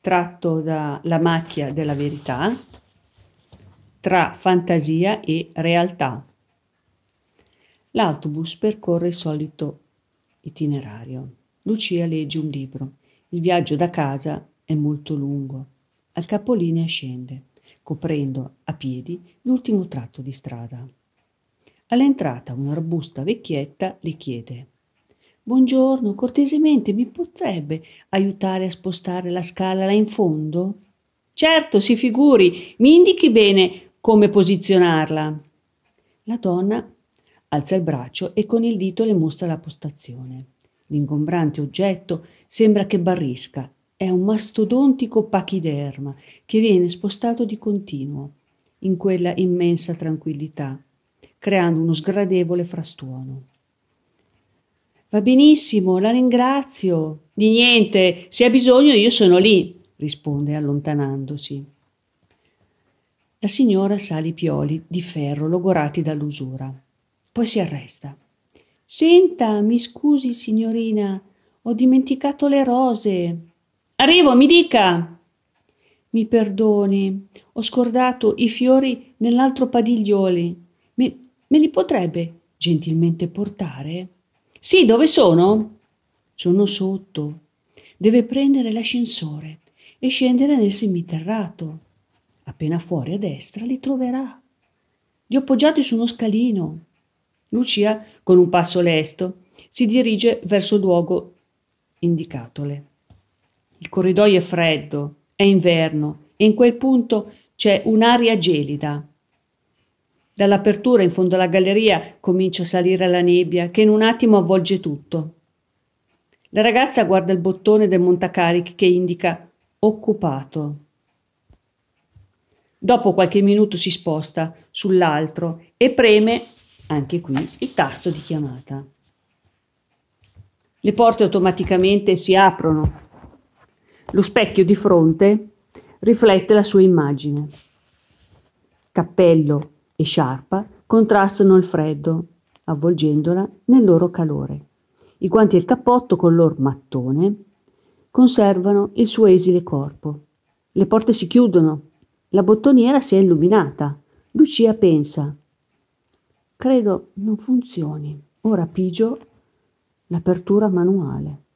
tratto da La macchia della verità, tra fantasia e realtà. L'autobus percorre il solito itinerario. Lucia legge un libro. Il viaggio da casa è molto lungo. Al capolinea scende, coprendo a piedi l'ultimo tratto di strada. All'entrata una robusta vecchietta le chiede: «Buongiorno, cortesemente mi potrebbe aiutare a spostare la scala là in fondo?» «Certo, si figuri, mi indichi bene come posizionarla». La donna alza il braccio e con il dito le mostra la postazione. L'ingombrante oggetto sembra che barrisca. È un mastodontico pachiderma che viene spostato di continuo in quella immensa tranquillità, creando uno sgradevole frastuono. «Va benissimo, la ringrazio». «Di niente, se ha bisogno io sono lì», risponde allontanandosi. La signora sale i pioli di ferro logorati dall'usura. Poi si arresta. «Senta, mi scusi signorina, ho dimenticato le rose». «Arrivo, mi dica». «Mi perdoni, ho scordato i fiori nell'altro padiglione. Me li potrebbe gentilmente portare?» «Sì, dove sono?» «Sono sotto. Deve prendere l'ascensore e scendere nel seminterrato. Appena fuori a destra li troverà. Li ho poggiati su uno scalino». Lucia, con un passo lesto, si dirige verso il luogo indicatole. Il corridoio è freddo, è inverno e in quel punto c'è un'aria gelida. Dall'apertura in fondo alla galleria comincia a salire la nebbia che in un attimo avvolge tutto. La ragazza guarda il bottone del montacarichi che indica occupato. Dopo qualche minuto si sposta sull'altro e preme, anche qui, il tasto di chiamata. Le porte automaticamente si aprono. Lo specchio di fronte riflette la sua immagine. Cappello e sciarpa contrastano il freddo, avvolgendola nel loro calore. I guanti e il cappotto color mattone conservano il suo esile corpo. Le porte si chiudono. La bottoniera si è illuminata. Lucia pensa: «Credo non funzioni. Ora pigio l'apertura manuale».